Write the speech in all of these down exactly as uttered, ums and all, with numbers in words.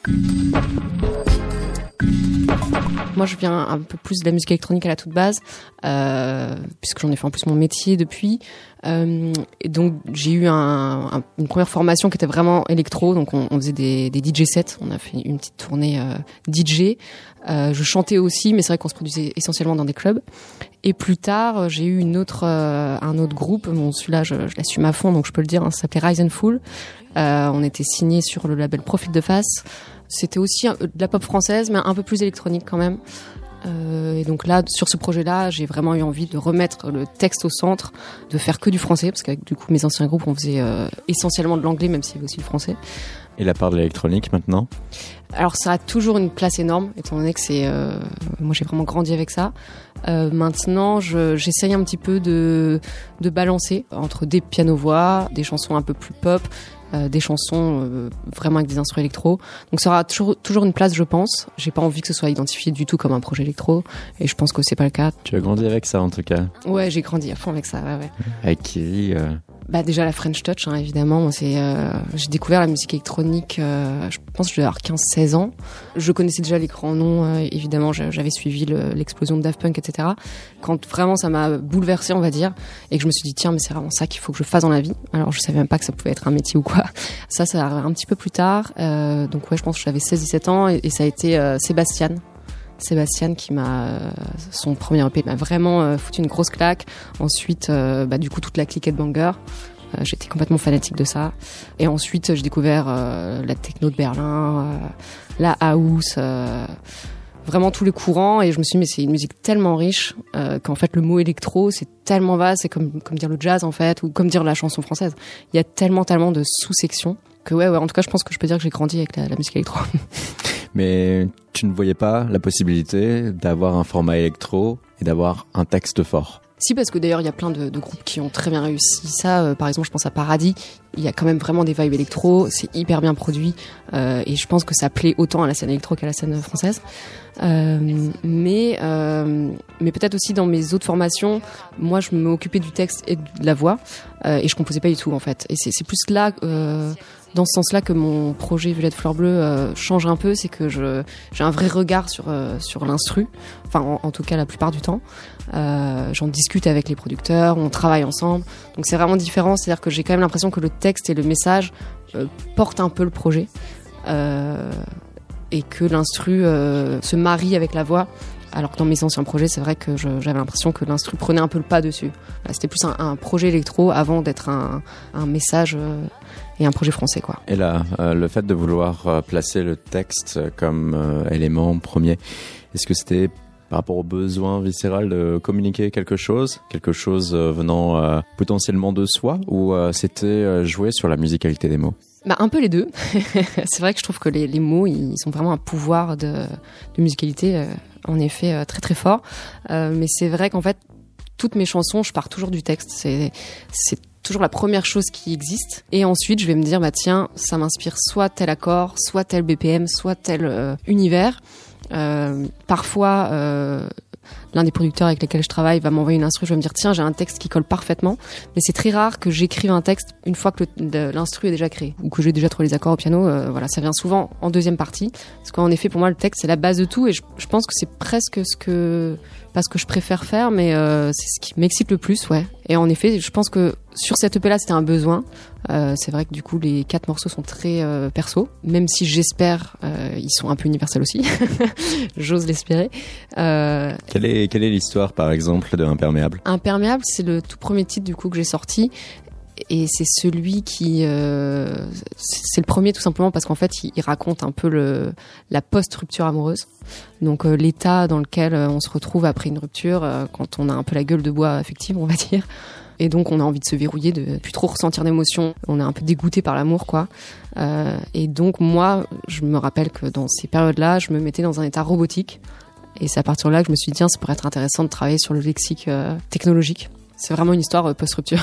Moi, je viens un peu plus de la musique électronique à la toute base, euh, puisque j'en ai fait en plus mon métier depuis. Euh, et donc, j'ai eu un, un, une première formation qui était vraiment électro. Donc, on, on faisait des, des D J sets. On a fait une petite tournée euh, D J. Euh, je chantais aussi, mais c'est vrai qu'on se produisait essentiellement dans des clubs. Et plus tard, j'ai eu une autre, euh, un autre groupe. Bon, celui-là, je, je l'assume à fond, donc je peux le dire. Hein, ça s'appelait Rise and Fall. Euh, on était signé sur le label Profil de Face. C'était aussi de la pop française, mais un peu plus électronique quand même. Euh, et donc là, sur ce projet-là, j'ai vraiment eu envie de remettre le texte au centre, de faire que du français, parce qu'avec du coup mes anciens groupes, on faisait euh, essentiellement de l'anglais, même s'il y avait aussi le français. Et la part de l'électronique maintenant ? Alors ça a toujours une place énorme, étant donné que c'est, euh, moi j'ai vraiment grandi avec ça. Euh, maintenant, je, j'essaye un petit peu de, de balancer entre des pianos-voix, des chansons un peu plus pop. Euh, des chansons euh, vraiment avec des instruments électro. Donc ça aura toujours, toujours une place, je pense. J'ai pas envie que ce soit identifié du tout comme un projet électro, et je pense que c'est pas le cas. Tu as grandi avec ça en tout cas. Ouais, j'ai grandi à fond avec ça, ouais, ouais. Avec Kiri euh... Bah déjà la French Touch, hein, évidemment. Moi, c'est, euh, j'ai découvert la musique électronique, euh, je pense que je devais avoir quinze seize ans. Je connaissais déjà les grands noms, euh, évidemment, j'avais suivi le, l'explosion de Daft Punk, et cetera. Quand vraiment ça m'a bouleversée, on va dire, et que je me suis dit, tiens, mais c'est vraiment ça qu'il faut que je fasse dans la vie. Alors je savais même pas que ça pouvait être un métier ou quoi. Ça, ça arrive un petit peu plus tard. Euh, donc ouais, je pense que j'avais seize dix-sept ans, et, et ça a été euh, Sébastien. Sébastien qui m'a, euh, son premier E P m'a vraiment euh, foutu une grosse claque. Ensuite, euh, bah, du coup, toute la cliquette banger. Euh, j'étais complètement fanatique de ça. Et ensuite, j'ai découvert euh, la techno de Berlin, euh, la house, euh, vraiment tous les courants. Et je me suis dit, mais c'est une musique tellement riche euh, qu'en fait, le mot électro, c'est tellement vaste. C'est comme, comme dire le jazz, en fait, ou comme dire la chanson française. Il y a tellement, tellement de sous-sections que ouais, ouais, en tout cas, je pense que je peux dire que j'ai grandi avec la, la musique électro. Mais tu ne voyais pas la possibilité d'avoir un format électro et d'avoir un texte fort ? Si, parce que d'ailleurs, il y a plein de, de groupes qui ont très bien réussi ça. Euh, par exemple, je pense à Paradis. Il y a quand même vraiment des vibes électro. C'est hyper bien produit. Euh, et je pense que ça plaît autant à la scène électro qu'à la scène française. Euh, mais euh, mais peut-être aussi dans mes autres formations, moi, je m'occupais du texte et de la voix. Euh, et je composais pas du tout, en fait. Et c'est, c'est plus là... Euh, dans ce sens-là que mon projet Violette Fleur Bleue euh, change un peu, c'est que je j'ai un vrai regard sur euh, sur l'instru, enfin en, en tout cas la plupart du temps. Euh, j'en discute avec les producteurs, on travaille ensemble, donc c'est vraiment différent. C'est-à-dire que j'ai quand même l'impression que le texte et le message euh, portent un peu le projet, euh, et que l'instru euh, se marie avec la voix. Alors que dans mes anciens projets, c'est vrai que je, j'avais l'impression que l'instru prenait un peu le pas dessus. C'était plus un, un projet électro avant d'être un, un message euh, et un projet français, quoi. Et là, euh, le fait de vouloir euh, placer le texte comme euh, élément premier, est-ce que c'était par rapport au besoin viscéral de communiquer quelque chose, quelque chose euh, venant euh, potentiellement de soi, ou euh, c'était euh, jouer sur la musicalité des mots ? Bah, un peu les deux. C'est vrai que je trouve que les, les mots, ils ont vraiment un pouvoir de, de musicalité, euh, en effet, euh, très très fort. Euh, mais c'est vrai qu'en fait, toutes mes chansons, je pars toujours du texte. C'est, c'est toujours la première chose qui existe. Et ensuite, je vais me dire, bah tiens, ça m'inspire soit tel accord, soit tel B P M, soit tel euh, univers. Euh, parfois... Euh, l'un des producteurs avec lesquels je travaille va m'envoyer une instru, je vais me dire tiens, j'ai un texte qui colle parfaitement, mais c'est très rare que j'écrive un texte une fois que le, l'instru est déjà créé ou que j'ai déjà trouvé les accords au piano. Euh, voilà, ça vient souvent en deuxième partie, parce qu'en effet pour moi le texte c'est la base de tout, et je, je pense que c'est presque ce que pas ce que je préfère faire, mais euh, c'est ce qui m'excite le plus, ouais. Et en effet, je pense que sur cette E P là c'était un besoin. Euh, c'est vrai que du coup les quatre morceaux sont très euh, perso, même si j'espère euh, ils sont un peu universels aussi. J'ose l'espérer. Euh, quelle est quelle est l'histoire par exemple de Imperméable ? Imperméable, c'est le tout premier titre du coup que j'ai sorti. Et c'est celui qui, euh, c'est le premier tout simplement parce qu'en fait, il, il raconte un peu le, la post-rupture amoureuse. Donc euh, l'état dans lequel euh, on se retrouve après une rupture, euh, quand on a un peu la gueule de bois affective, on va dire. Et donc on a envie de se verrouiller, de plus trop ressentir d'émotions. On est un peu dégoûté par l'amour, quoi. Euh, et donc moi, je me rappelle que dans ces périodes-là, je me mettais dans un état robotique. Et c'est à partir de là que je me suis dit, tiens, ça pourrait être intéressant de travailler sur le lexique euh, technologique. C'est vraiment une histoire euh, post-rupture.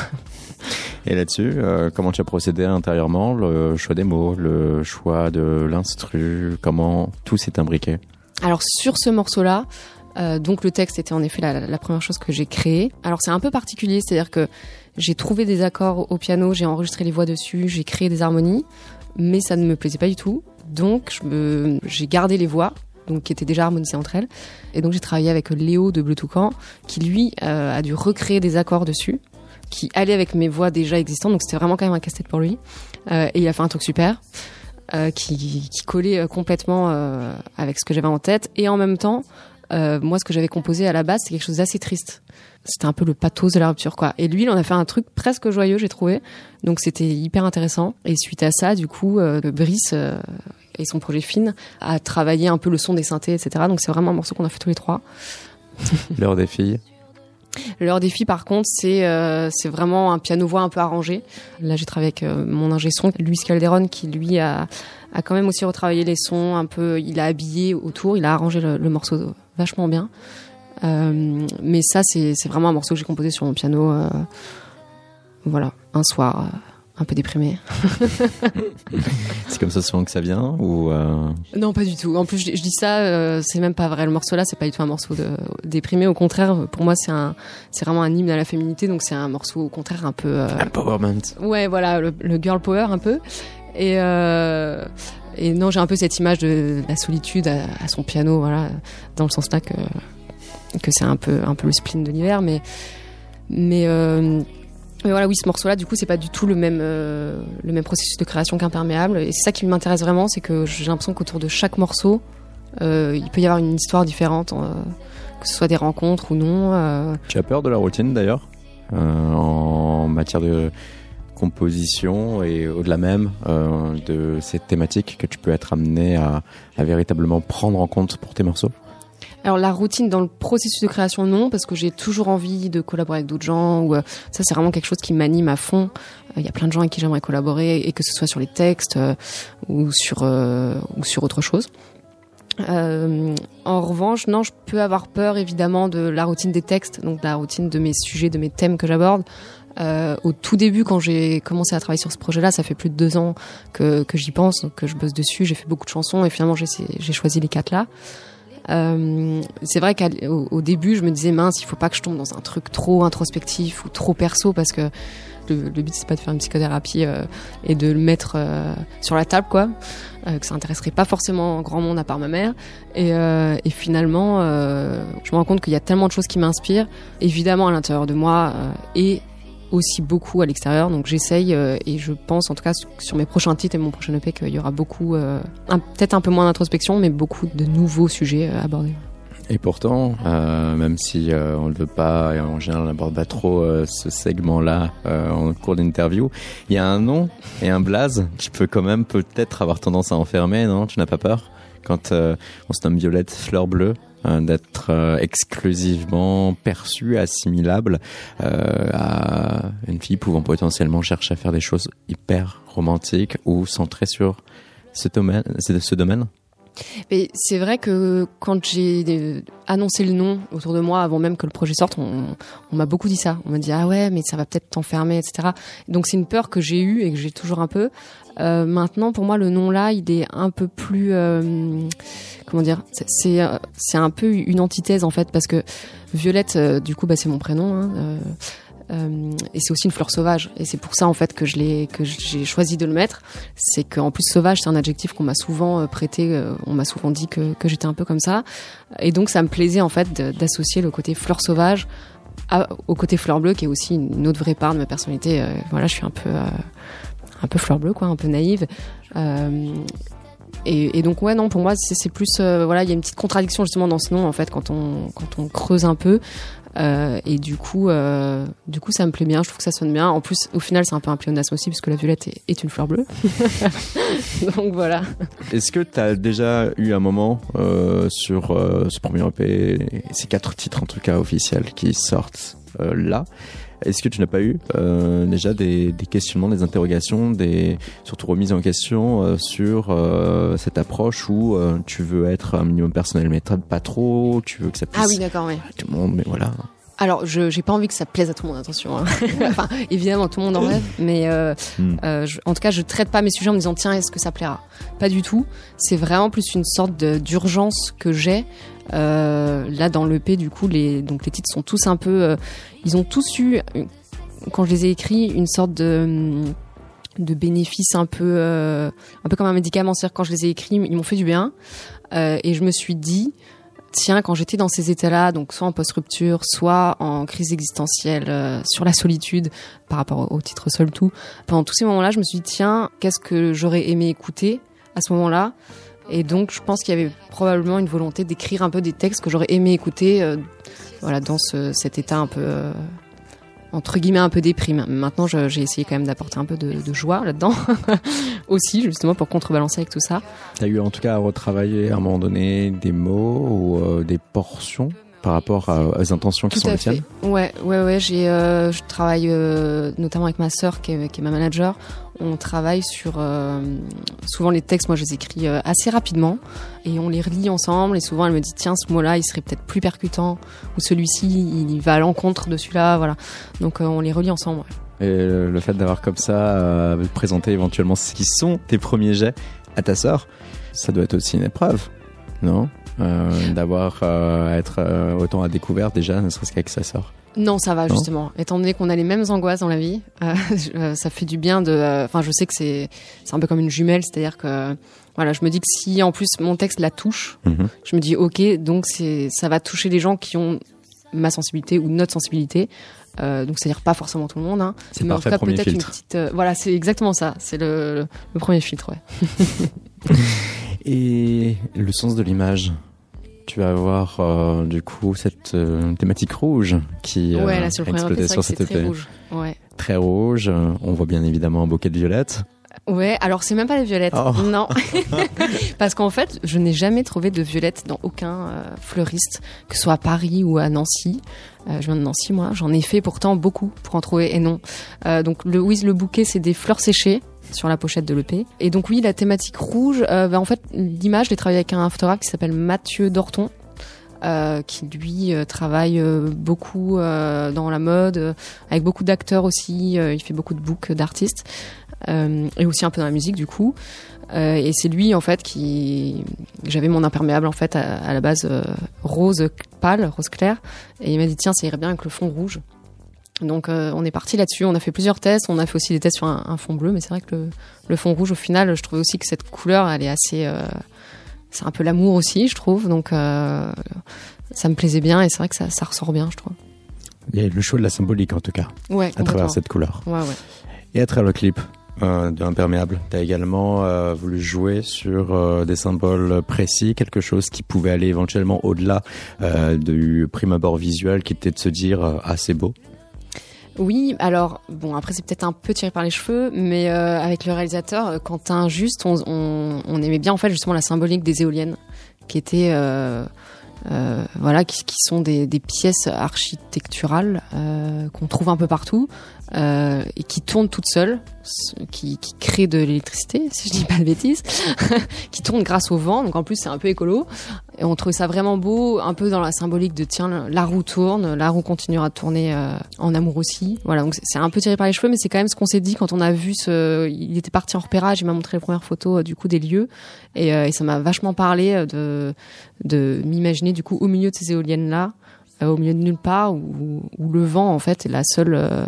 Et là-dessus, euh, comment tu as procédé intérieurement, le choix des mots, le choix de l'instru, comment tout s'est imbriqué ? Alors sur ce morceau-là, euh, donc le texte était en effet la, la première chose que j'ai créée. Alors c'est un peu particulier, c'est-à-dire que j'ai trouvé des accords au piano, j'ai enregistré les voix dessus, j'ai créé des harmonies, mais ça ne me plaisait pas du tout. donc je me, j'ai gardé les voix, donc qui étaient déjà harmonisées entre elles. Et donc j'ai travaillé avec Léo de Bleu Toucan, qui lui euh, a dû recréer des accords dessus, qui allaient avec mes voix déjà existantes. Donc c'était vraiment quand même un casse-tête pour lui. Euh, et il a fait un truc super, euh, qui, qui collait complètement euh, avec ce que j'avais en tête. Et en même temps, euh, moi, ce que j'avais composé à la base, c'est quelque chose d'assez triste. C'était un peu le pathos de la rupture, quoi. Et lui, il en a fait un truc presque joyeux, j'ai trouvé. Donc c'était hyper intéressant. Et suite à ça, du coup, euh, Brice euh, et son projet Fine a travaillé un peu le son des synthés, et cetera. Donc c'est vraiment un morceau qu'on a fait tous les trois. L'heure des filles. L'heure des filles, par contre, c'est euh, c'est vraiment un piano-voix un peu arrangé. Là, j'ai travaillé avec euh, mon ingé son, Luis Calderon, qui lui a a quand même aussi retravaillé les sons un peu. Il a habillé autour, il a arrangé le, le morceau vachement bien. Euh, mais ça, c'est, c'est vraiment un morceau que j'ai composé sur mon piano, euh, voilà, un soir, euh, un peu déprimé. C'est comme ça souvent que ça vient ou euh... Non, pas du tout. En plus, je, je dis ça, euh, c'est même pas vrai. Le morceau là, c'est pas du tout un morceau de déprimé. Au contraire, pour moi, c'est un, c'est vraiment un hymne à la féminité. Donc c'est un morceau au contraire un peu. Euh... Empowerment. Ouais, voilà, le, le girl power un peu. Et euh, et non, j'ai un peu cette image de la solitude à, à son piano, voilà, dans le sens là que. que c'est un peu un peu le spleen de l'hiver, mais mais, euh, mais voilà, oui, ce morceau-là, du coup, c'est pas du tout le même euh, le même processus de création qu'Imperméable, et c'est ça qui m'intéresse vraiment, c'est que j'ai l'impression qu'autour de chaque morceau, euh, il peut y avoir une histoire différente, euh, que ce soit des rencontres ou non. Euh... Tu as peur de la routine d'ailleurs, euh, en matière de composition et au-delà même euh, de cette thématique que tu peux être amené à, à véritablement prendre en compte pour tes morceaux? Alors la routine dans le processus de création, non, parce que j'ai toujours envie de collaborer avec d'autres gens, ou euh, ça c'est vraiment quelque chose qui m'anime à fond. Il euh, y a plein de gens avec qui j'aimerais collaborer, et que ce soit sur les textes euh, ou sur euh, ou sur autre chose. Euh, en revanche, non, je peux avoir peur évidemment de la routine des textes, donc de la routine de mes sujets, de mes thèmes que j'aborde. Euh, au tout début, quand j'ai commencé à travailler sur ce projet-là, ça fait plus de deux ans que que j'y pense, donc que je bosse dessus. J'ai fait beaucoup de chansons et finalement j'ai j'ai choisi les quatre là. Euh, c'est vrai qu'au au début, je me disais mince, il faut pas que je tombe dans un truc trop introspectif ou trop perso, parce que le, le but c'est pas de faire une psychothérapie euh, et de le mettre euh, sur la table, quoi. Euh, que ça intéresserait pas forcément grand monde à part ma mère. Et, euh, et finalement, euh, je me rends compte qu'il y a tellement de choses qui m'inspirent, évidemment à l'intérieur de moi euh, et aussi beaucoup à l'extérieur, donc j'essaye euh, et je pense en tout cas sur mes prochains titres et mon prochain E P qu'il y aura beaucoup, euh, un, peut-être un peu moins d'introspection, mais beaucoup de nouveaux sujets euh, abordés. Et pourtant, euh, même si euh, on ne veut pas, et en général on n'aborde pas trop euh, ce segment-là euh, en cours d'interview, il y a un nom et un blaze qui peut quand même peut-être avoir tendance à enfermer, non? Tu n'as pas peur quand euh, on se nomme Violette Fleur Bleue, euh, d'être euh, exclusivement perçue, assimilable euh, à une fille pouvant potentiellement chercher à faire des choses hyper romantiques ou centrées sur ce domaine, ce domaine? Mais c'est vrai que quand j'ai annoncé le nom autour de moi, avant même que le projet sorte, on, on m'a beaucoup dit ça. On m'a dit ah ouais, mais ça va peut-être t'enfermer, et cetera. Donc c'est une peur que j'ai eue et que j'ai toujours un peu. Euh, maintenant, pour moi, le nom là, il est un peu plus, euh, comment dire, c'est, c'est c'est un peu une antithèse en fait, parce que Violette, euh, du coup, bah c'est mon prénom. Hein, euh, Euh, et c'est aussi une fleur sauvage, et c'est pour ça en fait que je l'ai, que j'ai choisi de le mettre. C'est qu'en plus sauvage, c'est un adjectif qu'on m'a souvent euh, prêté. Euh, on m'a souvent dit que, que j'étais un peu comme ça, et donc ça me plaisait en fait de, d'associer le côté fleur sauvage à, au côté fleur bleue, qui est aussi une autre vraie part de ma personnalité. Euh, voilà, je suis un peu, euh, un peu fleur bleue, quoi, un peu naïve. Euh, Et, et donc ouais, non, pour moi c'est, c'est plus euh, voilà, il y a une petite contradiction justement dans ce nom en fait quand on quand on creuse un peu. Euh, et du coup, euh, du coup, ça me plaît bien. Je trouve que ça sonne bien. En plus, au final, c'est un peu un pléonasme aussi, parce que la violette est, est une fleur bleue. Donc voilà. Est-ce que tu as déjà eu un moment euh, sur euh, ce premier E P, ces quatre titres en tout cas officiels qui sortent euh, là? Est-ce que tu n'as pas eu euh, déjà des, des questionnements, des interrogations, des surtout remises en question euh, sur euh, cette approche où euh, tu veux être un minimum personnel, mais pas trop, tu veux que ça plaise ah oui, d'accord, oui. à tout le monde, mais voilà. Alors, je j'ai pas envie que ça plaise à tout le monde, attention. Hein. Enfin, évidemment, tout le monde en rêve, mais euh, mm. euh, je, en tout cas, je traite pas mes sujets en me disant tiens, est-ce que ça plaira? Pas du tout. C'est vraiment plus une sorte de, d'urgence que j'ai. Euh, là, dans l'E P, du coup, les donc les titres sont tous un peu, euh, ils ont tous eu, quand je les ai écrits, une sorte de de bénéfices un peu, euh, un peu comme un médicament. C'est-à-dire quand je les ai écrits, ils m'ont fait du bien. Euh, et je me suis dit, tiens, quand j'étais dans ces états-là, donc soit en post-rupture, soit en crise existentielle, euh, sur la solitude, par rapport au, au titre Seul Tout, pendant tous ces moments-là, je me suis dit, tiens, qu'est-ce que j'aurais aimé écouter à ce moment-là ? Et donc, je pense qu'il y avait probablement une volonté d'écrire un peu des textes que j'aurais aimé écouter, euh, voilà, dans ce, cet état un peu... Euh, entre guillemets un peu déprime. Maintenant, je, j'ai essayé quand même d'apporter un peu de, de joie là-dedans aussi, justement pour contrebalancer avec tout ça. T'as eu en tout cas à retravailler à un moment donné des mots ou euh, des portions par rapport à, aux intentions qui tout sont les tiennes. Ouais, ouais, ouais. J'ai, euh, je travaille euh, notamment avec ma sœur qui est, qui est ma manager. On travaille sur euh, souvent les textes. Moi, je les écris euh, assez rapidement et on les relit ensemble. Et souvent, elle me dit tiens, ce mot-là, il serait peut-être plus percutant, ou celui-ci, il va à l'encontre de celui-là. Voilà. Donc, euh, on les relit ensemble. Ouais. Et le, le fait d'avoir comme ça euh, présenté éventuellement ce qui sont tes premiers jets à ta sœur, ça doit être aussi une épreuve, non? Euh, d'avoir euh, être euh, autant à découvert déjà, ne serait-ce qu'avec sa sœur. Non, ça va, non justement. Étant donné qu'on a les mêmes angoisses dans la vie, euh, ça fait du bien de... Enfin, euh, je sais que c'est, c'est un peu comme une jumelle, c'est-à-dire que... Voilà, je me dis que si, en plus, mon texte la touche, mm-hmm. je me dis, ok, donc c'est, ça va toucher les gens qui ont ma sensibilité ou notre sensibilité. Euh, donc, c'est-à-dire pas forcément tout le monde. Hein, c'est mais parfait, en tout cas, premier peut-être filtre. Une petite... Euh, voilà, c'est exactement ça. C'est le, le, le premier filtre, ouais. Et le sens de l'image, tu vas avoir euh, du coup cette euh, thématique rouge qui euh, ouais, là, sur a explosé sur cet très été. Rouge. Ouais. Très rouge. On voit bien évidemment un bouquet de violettes. Ouais, alors c'est même pas les violettes. Oh. Non. Parce qu'en fait, je n'ai jamais trouvé de violettes dans aucun euh, fleuriste, que ce soit à Paris ou à Nancy. Euh, je viens de Nancy, moi. J'en ai fait pourtant beaucoup pour en trouver, et non. Euh, donc, le, oui, le bouquet, c'est des fleurs séchées sur la pochette de l'E P. Et donc, oui, la thématique rouge, euh, bah, en fait, l'image, je l'ai travaillé avec un photographe qui s'appelle Mathieu Dorton. Euh, qui lui euh, travaille euh, beaucoup euh, dans la mode, euh, avec beaucoup d'acteurs aussi, euh, il fait beaucoup de books d'artistes, euh, et aussi un peu dans la musique du coup. Euh, et c'est lui en fait qui... J'avais mon imperméable en fait à, à la base euh, rose pâle, rose clair, et il m'a dit tiens ça irait bien avec le fond rouge. Donc euh, on est parti là-dessus, on a fait plusieurs tests, on a fait aussi des tests sur un, un fond bleu, mais c'est vrai que le, le fond rouge au final, je trouvais aussi que cette couleur elle est assez... Euh, c'est un peu l'amour aussi, je trouve. Donc, euh, ça me plaisait bien et c'est vrai que ça, ça ressort bien, je trouve. Il y a le choix de la symbolique, en tout cas, ouais, à travers cette couleur. Ouais, ouais. Et à travers le clip euh, de Imperméable, tu as également euh, voulu jouer sur euh, des symboles précis, quelque chose qui pouvait aller éventuellement au-delà euh, du prime abord visuel, qui était de se dire euh, « Ah, c'est beau ». Oui, alors, bon, après, c'est peut-être un peu tiré par les cheveux, mais euh, avec le réalisateur, Quentin Juste, on, on, on aimait bien, en fait, justement, la symbolique des éoliennes, qui étaient, euh, euh, voilà, qui, qui sont des, des pièces architecturales euh, qu'on trouve un peu partout, euh, et qui tournent toutes seules, qui, qui créent de l'électricité, si je dis pas de bêtises, qui tournent grâce au vent, donc en plus, c'est un peu écolo. Et on trouvait ça vraiment beau, un peu dans la symbolique de tiens, la roue tourne, la roue continuera de tourner euh, en amour aussi. Voilà, donc c'est un peu tiré par les cheveux, mais c'est quand même ce qu'on s'est dit quand on a vu ce. Il était parti en repérage, il m'a montré les premières photos euh, du coup des lieux, et, euh, et ça m'a vachement parlé de de m'imaginer du coup au milieu de ces éoliennes là, euh, au milieu de nulle part, où, où le vent en fait est la seule euh,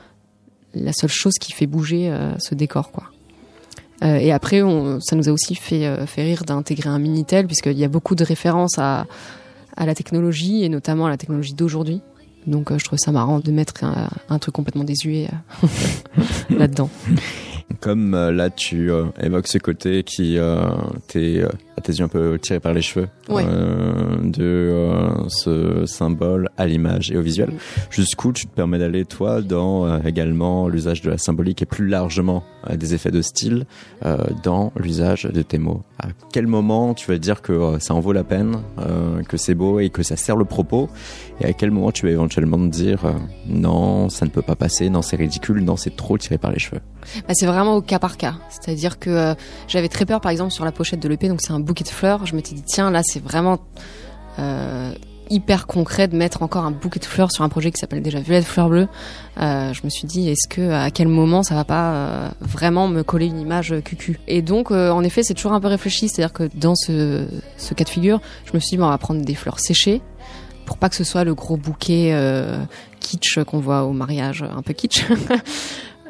la seule chose qui fait bouger euh, ce décor quoi. Euh, et après, on, ça nous a aussi fait, euh, fait rire d'intégrer un Minitel, puisqu'il y a beaucoup de références à, à la technologie, et notamment à la technologie d'aujourd'hui. Donc, euh, je trouve ça marrant de mettre un, un truc complètement désuet euh, là-dedans. Comme euh, là, tu euh, évoques ce côté qui euh, t'es euh, à tes yeux un peu tiré par les cheveux, ouais. euh, de euh, ce symbole à l'image et au visuel. Mmh. Jusqu'où tu te permets d'aller, toi, dans euh, également l'usage de la symbolique et plus largement euh, des effets de style euh, dans l'usage de tes mots. À quel moment tu vas dire que euh, ça en vaut la peine, euh, que c'est beau et que ça sert le propos, et à quel moment tu vas éventuellement te dire euh, non, ça ne peut pas passer, non, c'est ridicule, non, c'est trop tiré par les cheveux. Bah, c'est vraiment au cas par cas. C'est-à-dire que euh, j'avais très peur, par exemple, sur la pochette de l'E P, donc c'est un bouquet de fleurs. Je m'étais dit, tiens, là, c'est vraiment euh, hyper concret de mettre encore un bouquet de fleurs sur un projet qui s'appelle déjà Violette Fleur Bleue. Euh, je me suis dit, est-ce que à quel moment ça va pas euh, vraiment me coller une image cucu? Et donc, euh, en effet, c'est toujours un peu réfléchi. C'est-à-dire que dans ce, ce cas de figure, je me suis dit, bon, on va prendre des fleurs séchées, pour pas que ce soit le gros bouquet euh, kitsch qu'on voit au mariage, un peu kitsch.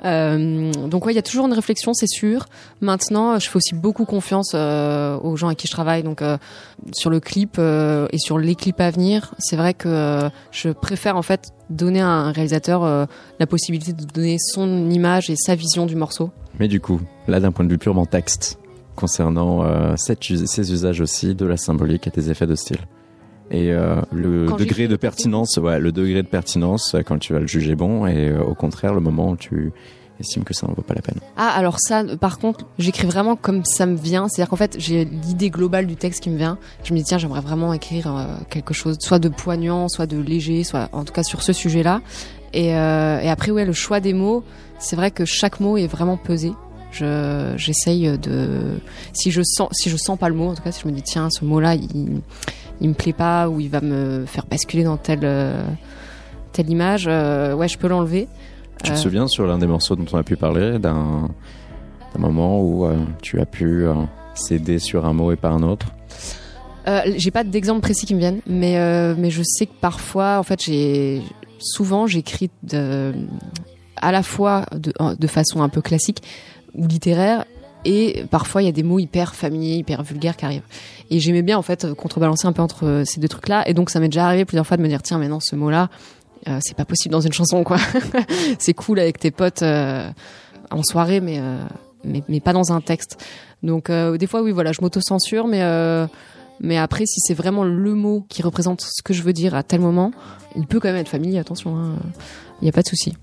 Euh, donc ouais, il y a toujours une réflexion, c'est sûr. Maintenant, je fais aussi beaucoup confiance euh, aux gens avec qui je travaille. Donc euh, sur le clip euh, et sur les clips à venir, c'est vrai que euh, je préfère en fait donner à un réalisateur euh, la possibilité de donner son image et sa vision du morceau. Mais du coup, là d'un point de vue purement texte, concernant euh, cette, ces usages aussi de la symbolique et des effets de style. Et euh, le quand degré de pertinence, ouais, le degré de pertinence quand tu vas le juger bon, et euh, au contraire le moment où tu estimes que ça n'en vaut pas la peine. Ah, alors ça, par contre, j'écris vraiment comme ça me vient. C'est-à-dire qu'en fait, j'ai l'idée globale du texte qui me vient. Je me dis tiens, j'aimerais vraiment écrire euh, quelque chose, soit de poignant, soit de léger, soit en tout cas sur ce sujet-là. Et, euh, et après, ouais, le choix des mots, c'est vrai que chaque mot est vraiment pesé. Je, j'essaye de, si je sens, si je sens pas le mot, en tout cas, si je me dis tiens, ce mot-là, il, il me plaît pas ou il va me faire basculer dans telle, euh, telle image, euh, ouais, je peux l'enlever. Tu te euh, souviens sur l'un des morceaux dont on a pu parler d'un, d'un moment où euh, tu as pu euh, céder sur un mot et pas un autre? Euh, j'ai pas d'exemple précis qui me viennent, mais euh, mais je sais que parfois, en fait, j'ai souvent j'écris de, à la fois de, de façon un peu classique ou littéraire, et parfois il y a des mots hyper familiers, hyper vulgaires qui arrivent. Et j'aimais bien en fait contrebalancer un peu entre ces deux trucs-là, et donc ça m'est déjà arrivé plusieurs fois de me dire tiens, mais non, ce mot-là, euh, c'est pas possible dans une chanson, quoi. C'est cool avec tes potes euh, en soirée, mais, euh, mais mais pas dans un texte. Donc euh, des fois, oui, voilà, je m'auto-censure, mais euh, mais après, si c'est vraiment le mot qui représente ce que je veux dire à tel moment, il peut quand même être familier. Attention, il hein, y a pas de souci.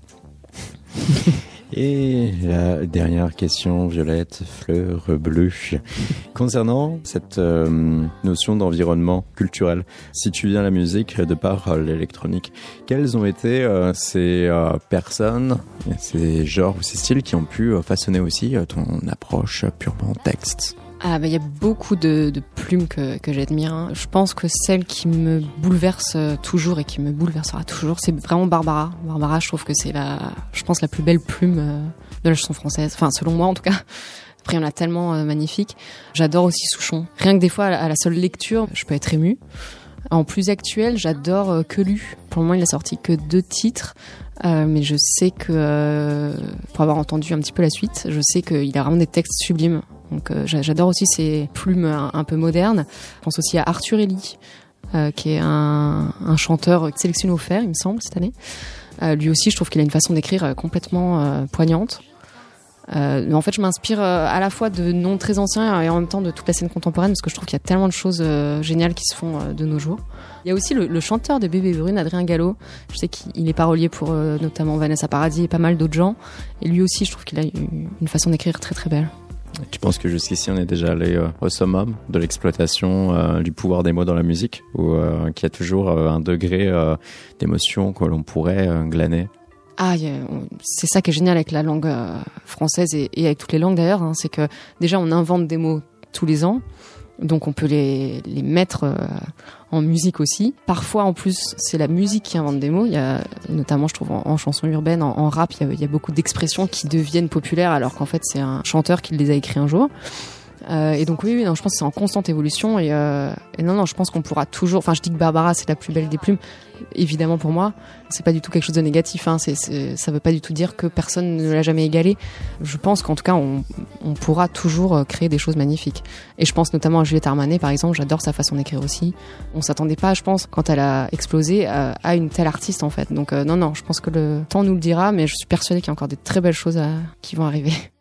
Et la dernière question, Violette Fleur Bleue, concernant cette euh, notion d'environnement culturel. Si tu viens à la musique de par euh, l'électronique, quelles ont été euh, ces euh, personnes, ces genres ou ces styles qui ont pu euh, façonner aussi euh, ton approche purement texte? Ah bah il y a beaucoup de, de plumes que, que j'admire. Hein. Je pense que celle qui me bouleverse toujours et qui me bouleversera toujours, c'est vraiment Barbara. Barbara, je trouve que c'est la, je pense la plus belle plume de la chanson française. Enfin, selon moi en tout cas. Après, il y en a tellement euh, magnifiques. J'adore aussi Souchon. Rien que des fois, à la seule lecture, je peux être émue. En plus actuel, j'adore euh, Quelu. Pour le moment, il a sorti que deux titres. Euh, mais je sais que, euh, pour avoir entendu un petit peu la suite, je sais qu'il a vraiment des textes sublimes. Donc euh, j'adore aussi ces plumes un, un peu modernes. Je pense aussi à Arthur Elie, euh, qui est un, un chanteur sélectionné au Fer, il me semble, cette année. Euh, lui aussi, je trouve qu'il a une façon d'écrire complètement euh, poignante. Euh, mais en fait, je m'inspire euh, à la fois de noms très anciens et en même temps de toute la scène contemporaine, parce que je trouve qu'il y a tellement de choses euh, géniales qui se font euh, de nos jours. Il y a aussi le, le chanteur de Bébé Brune, Adrien Gallo. Je sais qu'il est parolier pour euh, notamment Vanessa Paradis et pas mal d'autres gens. Et lui aussi, je trouve qu'il a une façon d'écrire très très belle. Tu penses que jusqu'ici on est déjà allé euh, au summum de l'exploitation euh, du pouvoir des mots dans la musique, ou euh, qu'il y a toujours euh, un degré euh, d'émotion que l'on pourrait euh, glaner? Ah, c'est ça qui est génial avec la langue euh, française et, et avec toutes les langues d'ailleurs, hein, c'est que déjà on invente des mots tous les ans, donc on peut les, les mettre euh, en musique aussi. Parfois en plus c'est la musique qui invente des mots, il y a notamment je trouve en, en chanson urbaine, en, en rap, il y, a, il y a beaucoup d'expressions qui deviennent populaires alors qu'en fait c'est un chanteur qui les a écrits un jour. Euh, et donc oui, oui non, je pense que c'est en constante évolution et, euh, et non, non, je pense qu'on pourra toujours. Enfin, je dis que Barbara c'est la plus belle des plumes. Évidemment pour moi, c'est pas du tout quelque chose de négatif. Hein. C'est, c'est, ça veut pas du tout dire que personne ne l'a jamais égalée. Je pense qu'en tout cas, on, on pourra toujours créer des choses magnifiques. Et je pense notamment à Juliette Armanet, par exemple. J'adore sa façon d'écrire aussi. On s'attendait pas, je pense, quand elle a explosé, à, à une telle artiste en fait. Donc euh, non, non, je pense que le temps nous le dira, mais je suis persuadée qu'il y a encore des très belles choses à, qui vont arriver.